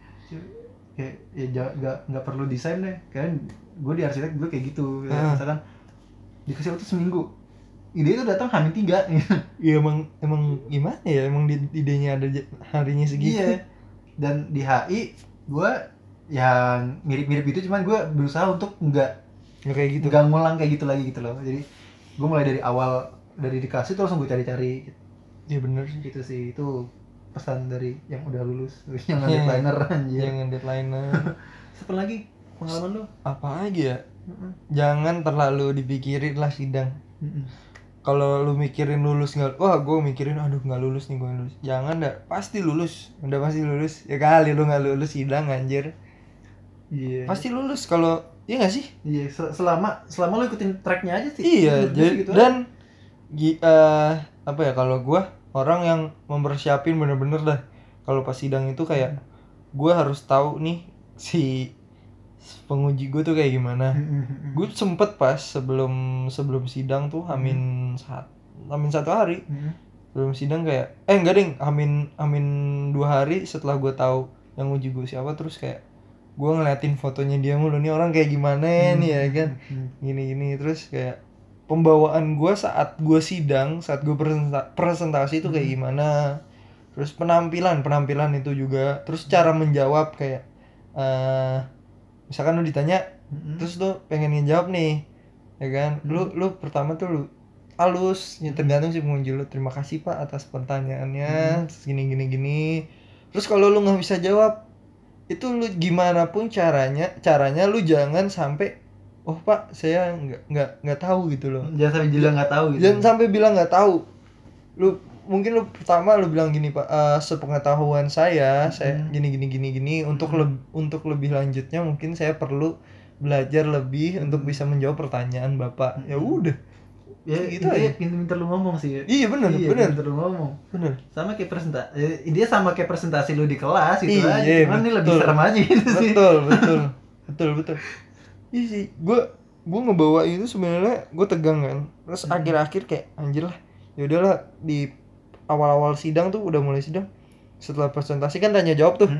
Kayak nggak perlu desain deh. Kan gue di arsitek gue kayak gitu. Misalkan dikasih waktu seminggu. Ide itu datang H-3. Iya emang gimana ya, emang idenya ada harinya segitu. Iya. Dan di HI gue yang mirip-mirip itu, cuman gue berusaha untuk nggak kayak gitu, nggak ngulang kayak gitu lagi gitu loh. Jadi gue mulai dari awal, dari dikasih terus langsung gue cari-cari. Iya bener sih. Gitu sih, itu pesan dari yang udah lulus, yang deadlineer anjir. Jangan deadlineer. Satu lagi pengalaman lo? Apa lagi ya? Jangan terlalu dipikirin lah sidang. Kalau lu mikirin lulus nggak, wah gue mikirin aduh nggak lulus nih, gue lulus. Jangan dah, pasti lulus, udah pasti lulus. Ya kali lu nggak lulus sidang anjir. Iya. Pasti lulus kalau, iya nggak sih? Iya, selama lu ikutin tracknya aja sih. Iya, jadi gitu dan apa ya, kalau gue orang yang mempersiapin bener-bener dah. Kalau pas sidang itu kayak gue harus tahu nih si penguji gue tuh kayak gimana. Gue sempet pas sebelum sidang tuh hamin 1 hari sebelum sidang kayak enggak ding, hamin 2 hari setelah gue tahu yang uji gue siapa, terus kayak gue ngeliatin fotonya dia mulu, nih orang kayak gimana nih ya kan, gini terus kayak pembawaan gue saat gue sidang, saat gue presentasi itu kayak gimana, terus penampilan itu juga, terus cara menjawab kayak misalkan lu ditanya terus lu pengen ngejawab nih ya kan, lu pertama tuh lu halus ya, tergantung sih pengunjung lu, terima kasih pak atas pertanyaannya, terus gini terus kalau lu nggak bisa jawab itu, lu gimana pun caranya lu jangan sampai oh pak saya nggak tahu gitu loh, jangan sampai bilang nggak tahu gitu, jangan sampai bilang nggak tahu. Lu mungkin lu pertama lu bilang gini pak, sepengetahuan saya gini untuk lebih lanjutnya mungkin saya perlu belajar lebih untuk bisa menjawab pertanyaan bapak. Ya udah ya gitu aja, aja. pinter lu ngomong sih ya. Iya benar pinter lu ngomong, benar, sama kayak presentasi, dia sama kayak presentasi lu di kelas gitu aja, iya, cuman ini lebih serem aja gitu sih. betul. Iya sih, gue ngebawa itu sebenarnya gue tegang kan, terus akhir-akhir kayak anjir lah, yaudahlah. Di awal-awal sidang tuh udah mulai sidang, setelah presentasi kan tanya jawab tuh,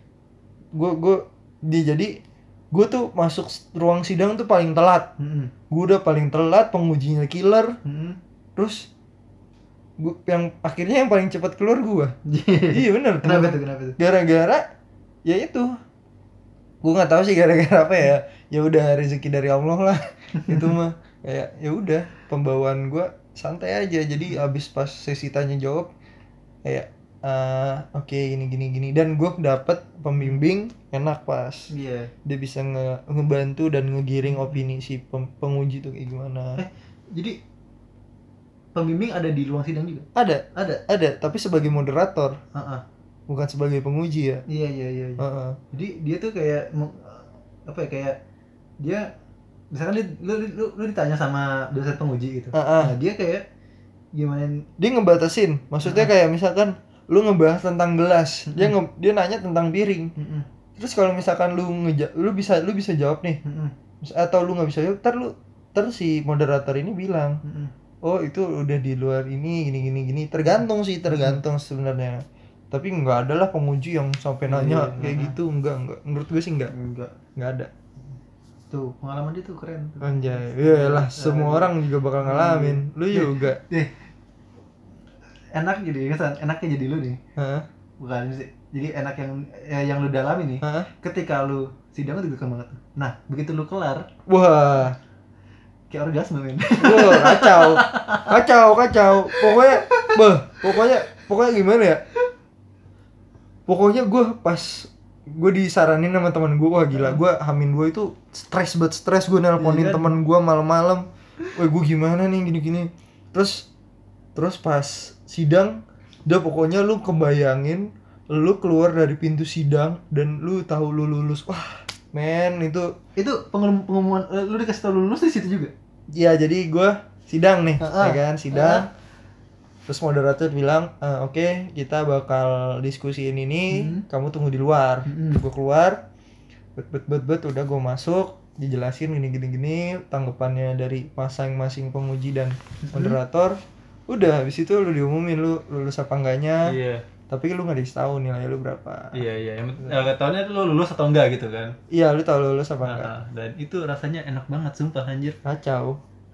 jadi gue tuh masuk ruang sidang tuh paling telat, gue udah paling telat, pengujinya killer, terus gue yang akhirnya yang paling cepat keluar gue. Iya benar. Kenapa tuh? Gara-gara ya itu, gue nggak tahu sih gara-gara apa ya. Ya udah rezeki dari Allah lah. Itu mah kayak ya udah, pembawaan gue santai aja. Jadi abis pas sesi tanya jawab kayak oke, gini dan gue dapet pembimbing enak pas. Iya. Dia bisa ngebantu dan ngegiring opini si penguji tuh kayak gimana. Jadi pembimbing ada di ruang sidang juga? Ada, tapi sebagai moderator. Bukan sebagai penguji ya. Iya. Jadi dia tuh kayak apa ya, kayak dia misalkan lu ditanya sama dosen penguji gitu. Nah, dia kayak gimana? Dia ngebatasin. Maksudnya kayak misalkan lu ngebahas tentang gelas, dia nanya tentang piring. Terus kalau misalkan lu bisa jawab nih. Atau lu nggak bisa jawab, terus si moderator ini bilang, oh itu udah di luar ini gini. Tergantung sebenarnya. Tapi nggak ada lah penguji yang sampai nanya kayak gitu, enggak. Menurut gue sih enggak ada. Tuh pengalaman dia tuh keren. Anjay, iyalah, semua orang juga bakal ngalamin. Lu juga. Enaknya jadi lu nih. Bukan sih. Jadi enak yang lu dalami nih. Ketika lu sidang itu juga banget. Nah, begitu lu kelar, wah, kayak orgasme men. Wah, kacau. Pokoknya gimana ya? Pokoknya gue pas gue disaranin sama teman gue, wah gila, gue hamin 2 itu stres gue nelponin teman gue malam-malam, wah gue gimana nih gini. Terus pas sidang, udah pokoknya lu kebayangin lu keluar dari pintu sidang dan lu tahu lu lulus, wah men, itu pengumuman lu dikasih tahu lulus di situ juga. Iya, jadi gue sidang nih, ya kan, sidang. Terus moderator bilang, oke, kita bakal diskusiin ini, kamu tunggu di luar. Gue keluar, udah gue masuk, dijelasin gini, tanggapannya dari masing-masing penguji dan moderator. Udah, habis itu lu diumumin lu lulus apa enggaknya. Iya. Tapi lu nggak dikasih tahu nilai lu berapa. Iya. Yang tahunnya tuh lu lulus atau enggak gitu kan? Iya, lu tahu lulus apa enggak. Dan itu rasanya enak banget, sumpah anjir. Kacau.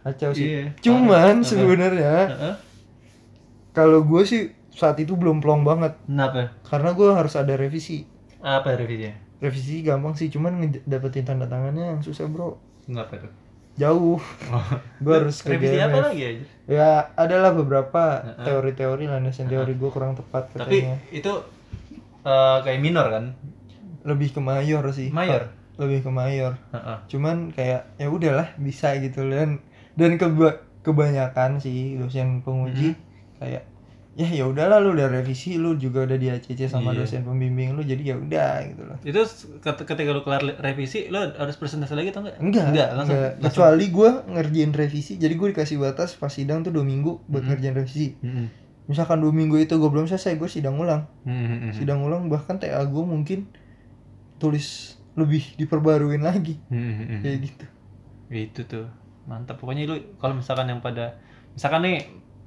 kacau sih. Iya, Cuman parah. sebenarnya Heeh. kalau gue sih saat itu belum plong banget Kenapa? karena gue harus ada revisi. Apa revisinya? Revisi gampang sih, cuman dapetin tanda tangannya yang susah bro. Ngapa tuh? Jauh. Oh. Gue harus ke Revisi apa GMF. lagi aja? Ya adalah beberapa Heeh. teori-teori landasan teori gue kurang tepat Tapi katanya. itu kayak minor kan? Lebih ke mayor sih. Mayor? Lebih ke mayor. Heeh. Cuman kayak ya udahlah bisa gitu. Dan kebanyakan sih dosen penguji kayak ya udahlah, lu udah revisi, lu juga udah di ACC sama Iya. dosen pembimbing lu, jadi ya udah gitu loh. Itu ketika lu kelar revisi, lu harus presentasi lagi atau enggak? Enggak, langsung. kecuali gue ngerjain revisi. Jadi gue dikasih batas pas sidang tuh 2 minggu buat ngerjain revisi. Mm-mm. Misalkan 2 minggu itu gue belum selesai, gue sidang ulang. Mm-mm. Sidang ulang, bahkan TA gue mungkin tulis lebih diperbaruin lagi. Mm-mm. Kayak gitu. Itu tuh mantap. Pokoknya lu kalau misalkan yang pada misalkan nih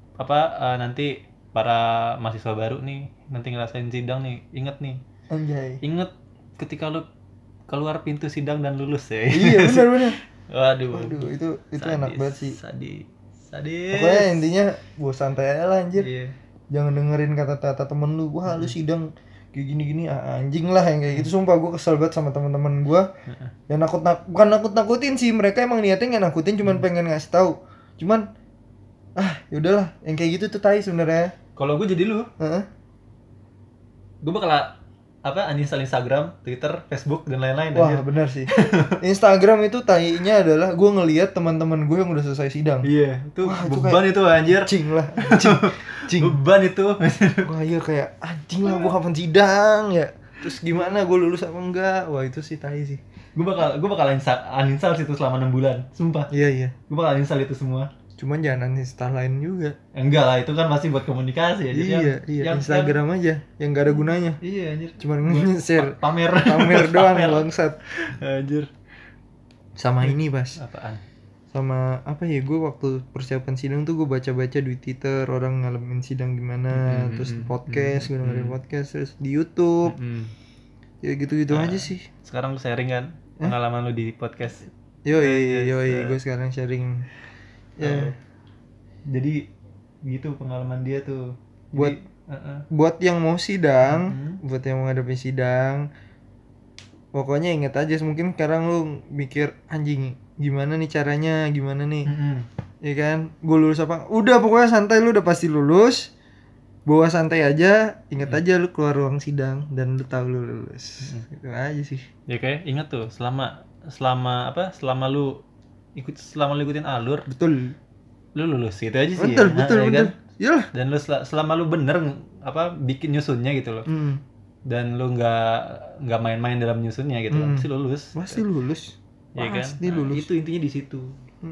nanti para mahasiswa baru nih nanti ngerasain sidang nih, inget Anjay. ketika lu keluar pintu sidang dan lulus ya. Iya benar. Waduh, itu enak banget sih. sadis. Pokoknya intinya gue santai aja lah anjir. Iya. Jangan dengerin kata-kata temen lu, wah lu sidang kayak gini-gini, anjing lah yang kayak gitu. Sumpah gue kesel banget sama teman-teman gue yang bukan nakut-nakutin sih, mereka emang niatnya nggak nakutin, cuman pengen ngasih tahu. Cuman yaudahlah, yang kayak gitu tuh tai sebenarnya. Kalau gue jadi lu, Heeh. gue bakal uninstall Instagram, Twitter, Facebook dan lain-lain. Wah anjir. benar sih. Instagram itu tainya adalah gue ngelihat teman-teman gue yang udah selesai sidang. Iya, itu Wah, itu beban itu anjir. Anjing lah, anjing. Beban itu. Wah iya kayak anjing lah, gue kapan sidang ya. Terus gimana gue lulus apa enggak? Wah itu sih tai sih. gue bakal uninstall situ selama 6 bulan, sumpah. Iya. Gue bakal uninstall itu semua. Cuman jangan uninstall lain juga. Enggak lah, itu kan pasti buat komunikasi ya. Jadi Iya. Instagram aja yang gak ada gunanya. Iya anjir. Cuman nge-share Pamer doang bangsat. Anjir. Sama ini pas. Apaan? Sama apa ya, gue waktu persiapan sidang tuh gue baca-baca di Twitter orang ngalamin sidang gimana, terus podcast, gue dengerin podcast, terus di YouTube. Ya gitu-gitu aja sih. Sekarang lu sharing kan pengalaman lu di podcast. Yoi, gue sekarang sharing. Ya. Jadi gitu pengalaman dia tuh. Buat yang mau sidang, buat yang menghadapi sidang, pokoknya inget aja, mungkin sekarang lu mikir anjing gimana nih caranya, gimana nih, ya kan, gue lulus apa? Udah pokoknya santai, lu udah pasti lulus, bawa santai aja, inget aja lu keluar ruang sidang dan lu tahu lu lulus, itu aja sih. Ya kayak ingat tuh selama lu ikutin alur, Betul. Lu lulus gitu aja sih. Betul. Kan? Iyalah. Dan lu selama lu bener bikin nyusunnya gitu loh. Dan lu nggak main-main dalam nyusunnya gitu pasti lulus. Pasti lulus. Ya kan? Pasti lulus. Itu intinya di situ.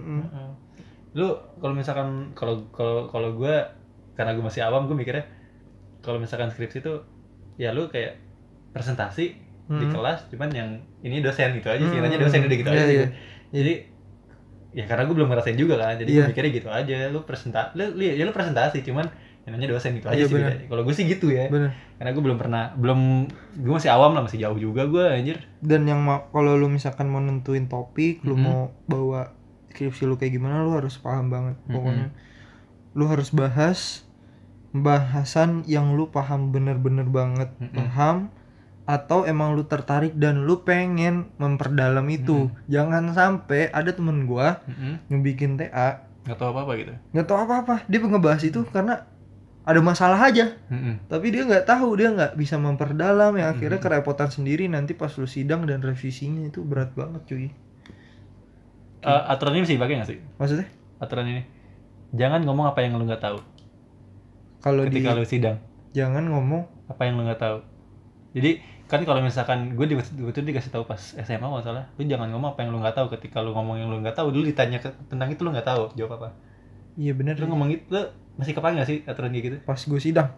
Lu kalau misalkan kalau gue karena gue masih awam, gue mikirnya kalau misalkan skripsi itu ya lu kayak presentasi di kelas, cuman yang ini dosen gitu aja sih, nanya dosen udah gitu aja gitu. Jadi ya karena gue belum ngerasain juga kan, jadi gue mikirnya gitu aja, lu presentasi cuman yang nanya dosen gitu aja sih. Kalau gue sih gitu ya. Bener. Karena gue gue masih awam lah, masih jauh juga gue anjir. Dan yang kalau lu misalkan mau nentuin topik, lu mau bawa skripsi lu kayak gimana, lu harus paham banget. Pokoknya lu harus bahas bahasan yang lu paham bener-bener banget, paham, atau emang lu tertarik dan lu pengen memperdalam itu. Jangan sampai ada temen gua yang bikin TA nggak tahu apa-apa gitu. Nggak tahu apa-apa, dia ngebahas itu karena ada masalah aja. Tapi dia nggak tahu, dia nggak bisa memperdalam, yang akhirnya kerepotan sendiri nanti pas lu sidang dan revisinya itu berat banget cuy. Aturan ini bisa dipakai nggak sih? Maksudnya? Aturan ini jangan ngomong apa yang lu nggak tahu. Kalau ketika lu sidang, jangan ngomong apa yang lu nggak tahu. Jadi kan kalau misalkan gue dikasih tahu pas SMA nggak salah, lu jangan ngomong apa yang lu nggak tahu. Ketika lu ngomong yang lu nggak tahu, dulu ditanya tentang itu lu nggak tahu, jawab apa? Iya benar. Lu ngomong itu, lu masih kepake nggak sih aturan kayak gitu? Pas gue sidang.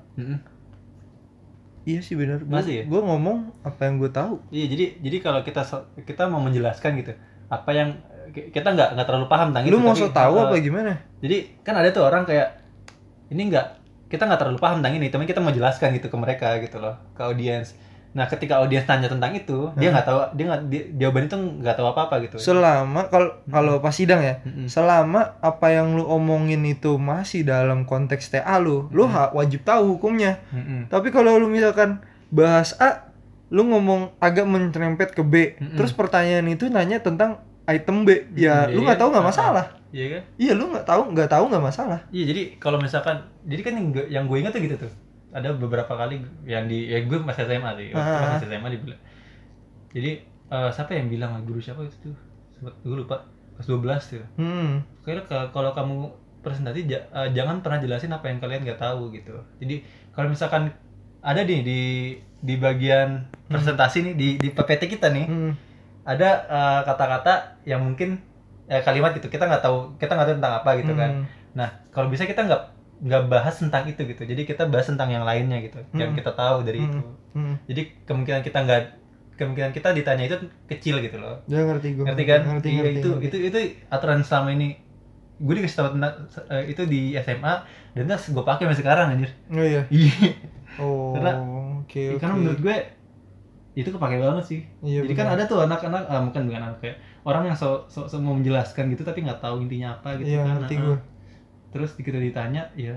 Iya sih benar. Masih ya? Gue ngomong apa yang gue tahu. Iya, jadi kalau kita mau menjelaskan gitu, apa yang kita nggak terlalu paham tentang itu. Lu mau so tahu apa gimana? Jadi kan ada tuh orang kayak kita nggak terlalu paham tentang ini, tapi kita mau jelaskan gitu ke mereka gitu loh, ke audiens. Nah, ketika audiens tanya tentang itu, dia nggak tahu, jawaban itu nggak tahu apa-apa gitu. Selama kalau pas sidang ya, Mm-mm. selama apa yang lu omongin itu masih dalam konteks TA lu wajib tahu hukumnya. Mm-mm. Tapi kalau lu misalkan bahas A, lu ngomong agak menyerempet ke B, terus pertanyaan itu nanya tentang item B, ya lu nggak tahu nggak masalah. Iya kan? Iya, lu nggak tahu nggak masalah. Iya, jadi kalau misalkan, jadi kan yang gue ingat tuh gitu tuh. Ada beberapa kali yang gue masih SMA sih. Waktu masih SMA dibilang. Jadi siapa yang bilang, guru siapa itu tuh? Gue lupa. Kelas 12 tuh. Kayaknya kalau kamu presentasi jangan pernah jelasin apa yang kalian nggak tahu gitu. Jadi kalau misalkan ada nih di bagian presentasi nih di PPT kita nih, ada kata-kata yang mungkin kalimat gitu kita nggak tahu tentang apa gitu kan. Nah, kalau bisa kita nggak bahas tentang itu gitu. Jadi kita bahas tentang yang lainnya gitu, yang kita tahu dari itu. Jadi kemungkinan kita ditanya itu kecil gitu loh. Ya, ngerti kan? Ngerti. Itu aturan selama ini gue dikasih tahu tentang itu di SMA, dan terus gue pakai sampai sekarang anjir. Oh iya. Oh, Karena menurut gue itu kepake banget sih. Iya, jadi kan ada tuh anak-anak bukan anak, kayak orang yang mau menjelaskan gitu tapi nggak tahu intinya apa gitu. Iya, kan. ngerti gue. Terus kita ditanya ya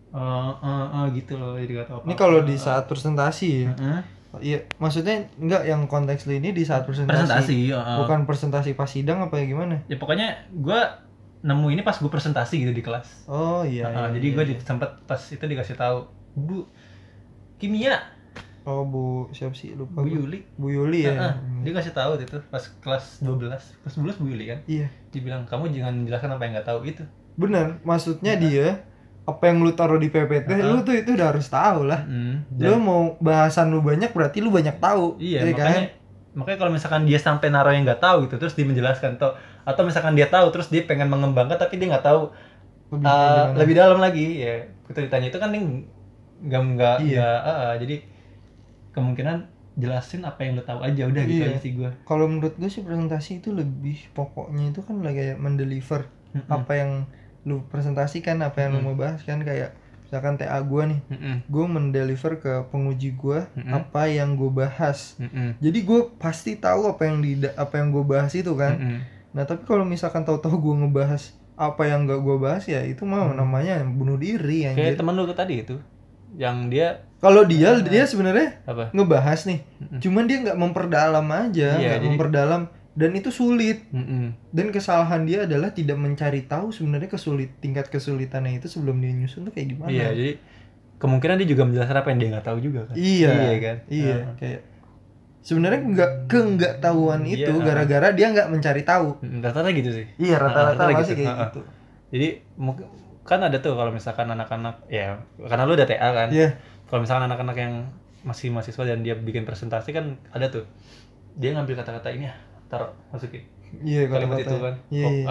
gitu loh, jadi nggak tahu apa. Ini kalau di saat presentasi ya. Iya, maksudnya enggak yang konteks lu ini di saat presentasi. Bukan presentasi pas sidang apa ya gimana? Ya pokoknya gue nemu ini pas gue presentasi gitu di kelas. Oh iya. Jadi gue sempet pas itu dikasih tahu, Bu kimia. Oh, Bu siapa sih, lupa. Bu Yuli. Bu Yuli ya. Dia kasih tahu itu pas kelas 12. Kelas 12 Bu Yuli kan? Iya. Dia bilang, kamu jangan menjelaskan apa yang nggak tahu itu. Benar, maksudnya dia apa yang lu taruh di PPT, lu tuh itu udah harus tahu lah. Lu mau bahasan lu banyak berarti lu banyak tahu. Iya, makanya kalau misalkan dia sampai naruh yang nggak tahu gitu, terus dia menjelaskan atau misalkan dia tahu terus dia pengen mengembangkan tapi dia nggak tahu lebih dalam lagi, ya kita ditanya itu kan dia nggak jadi kemungkinan jelasin apa yang lo tahu aja udah gitu aja sih gue. Kalau menurut gue sih presentasi itu lebih pokoknya itu kan kayak mendeliver apa yang lu presentasikan, apa yang lu mau bahas kan. Kayak misalkan TA gue nih, gue mendeliver ke penguji gue apa yang gue bahas. Jadi gue pasti tahu apa yang gue bahas itu kan. Nah tapi kalau misalkan tahu-tahu gue ngebahas apa yang gak gue bahas, ya itu mah namanya bunuh diri anjir. Kayak temen lu tuh tadi itu yang dia kalau dia sebenarnya ngebahas nih, cuman dia nggak memperdalam aja, memperdalam, dan itu sulit. Dan kesalahan dia adalah tidak mencari tahu sebenarnya tingkat kesulitannya itu sebelum dia nyusun tuh kayak gimana. Iya, jadi kemungkinan dia juga menjelaskan apa yang dia nggak tahu juga kan. Iya kan. Iya, kayak sebenarnya nggak tahuan itu gara-gara dia nggak mencari tahu. Rata-rata gitu sih. Iya, rata-rata masih kayak gitu. Jadi kan ada tuh kalau misalkan anak-anak, ya karena lu udah TA kan. Iya. Kalau misalkan anak-anak yang masih mahasiswa dan dia bikin presentasi kan ada tuh, dia ngambil kata-kata ini taruh masukin. Iya, kalimat itu kan.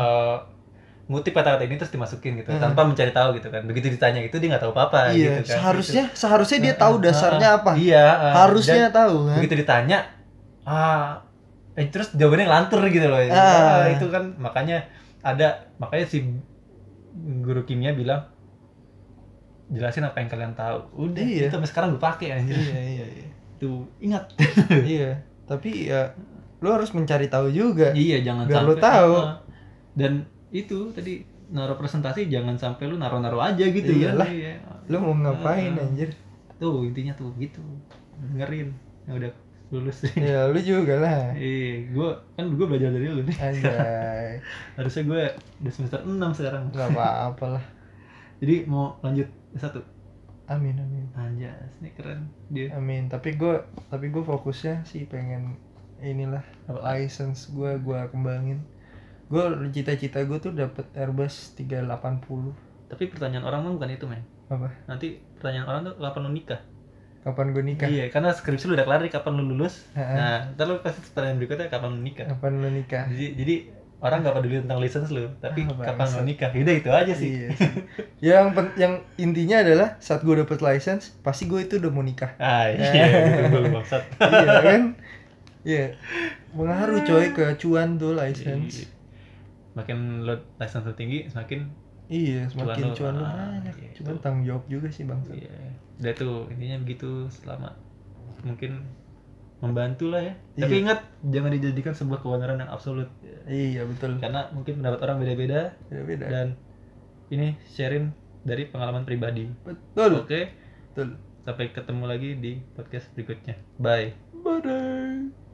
Ngutip kata-kata ini terus dimasukin gitu tanpa mencari tahu gitu kan. Begitu ditanya itu dia nggak tahu apa-apa gitu kan. Seharusnya dia tahu dasarnya apa. Iya, harusnya tahu kan. Begitu ditanya terus jawabannya ngelantur gitu loh. Itu kan makanya si guru kimia bilang jelasin apa yang kalian tahu. Udah, itu sampai sekarang gue pakai anjir. Iya. Tuh, ingat. Iya, tapi ya lu harus mencari tahu juga. Iya, jangan biar sampai lu tahu. Dan itu tadi naruh presentasi jangan sampai lu naruh aja gitu. Iyalah. Kan. Lu mau ngapain anjir? Tuh, intinya tuh gitu. Dengerin. Ya udah lulus. Ya, lu juga lah. Iya, gue belajar dari lu nih. Anjay. Harusnya gue udah semester 6 sekarang. Gak apa-apa lah. Jadi mau lanjut S1. Amin. Anjas, ini keren dia. Amin. Tapi gue fokusnya sih pengen inilah license gue kembangin. Gue cita-cita gue tuh dapet Airbus 380. Tapi pertanyaan orang mah bukan itu, men. Apa? Nanti pertanyaan orang tuh kapan lu nikah? Kapan gue nikah? Iya, karena skripsi lu udah kelar nih, kapan lu lulus? Nah, ntar lu pasti pertanyaan berikutnya kapan lu nikah? Kapan lu nikah? Jadi orang gak peduli tentang license lu, tapi kapan lu nikah? Udah itu aja sih. Iya, yang intinya adalah saat gue dapet license, pasti gue itu udah mau nikah. Iya, betul bangsat. Iya kan? Iya. Mengaruh coy ke cuan tuh license. Makin lo license lu tinggi, semakin semakin cuan lu banyak. Cuman tanggung jawab juga sih bang. Iya. Udah tuh intinya begitu, selama mungkin membantu lah ya. Iya. Tapi ingat jangan dijadikan sebuah kebenaran yang absolut. Iya betul. Karena mungkin pendapat orang beda-beda Beda-beda. dan ini sharing dari pengalaman pribadi. Betul. Oke. Betul. Sampai ketemu lagi di podcast berikutnya. Bye. Bye.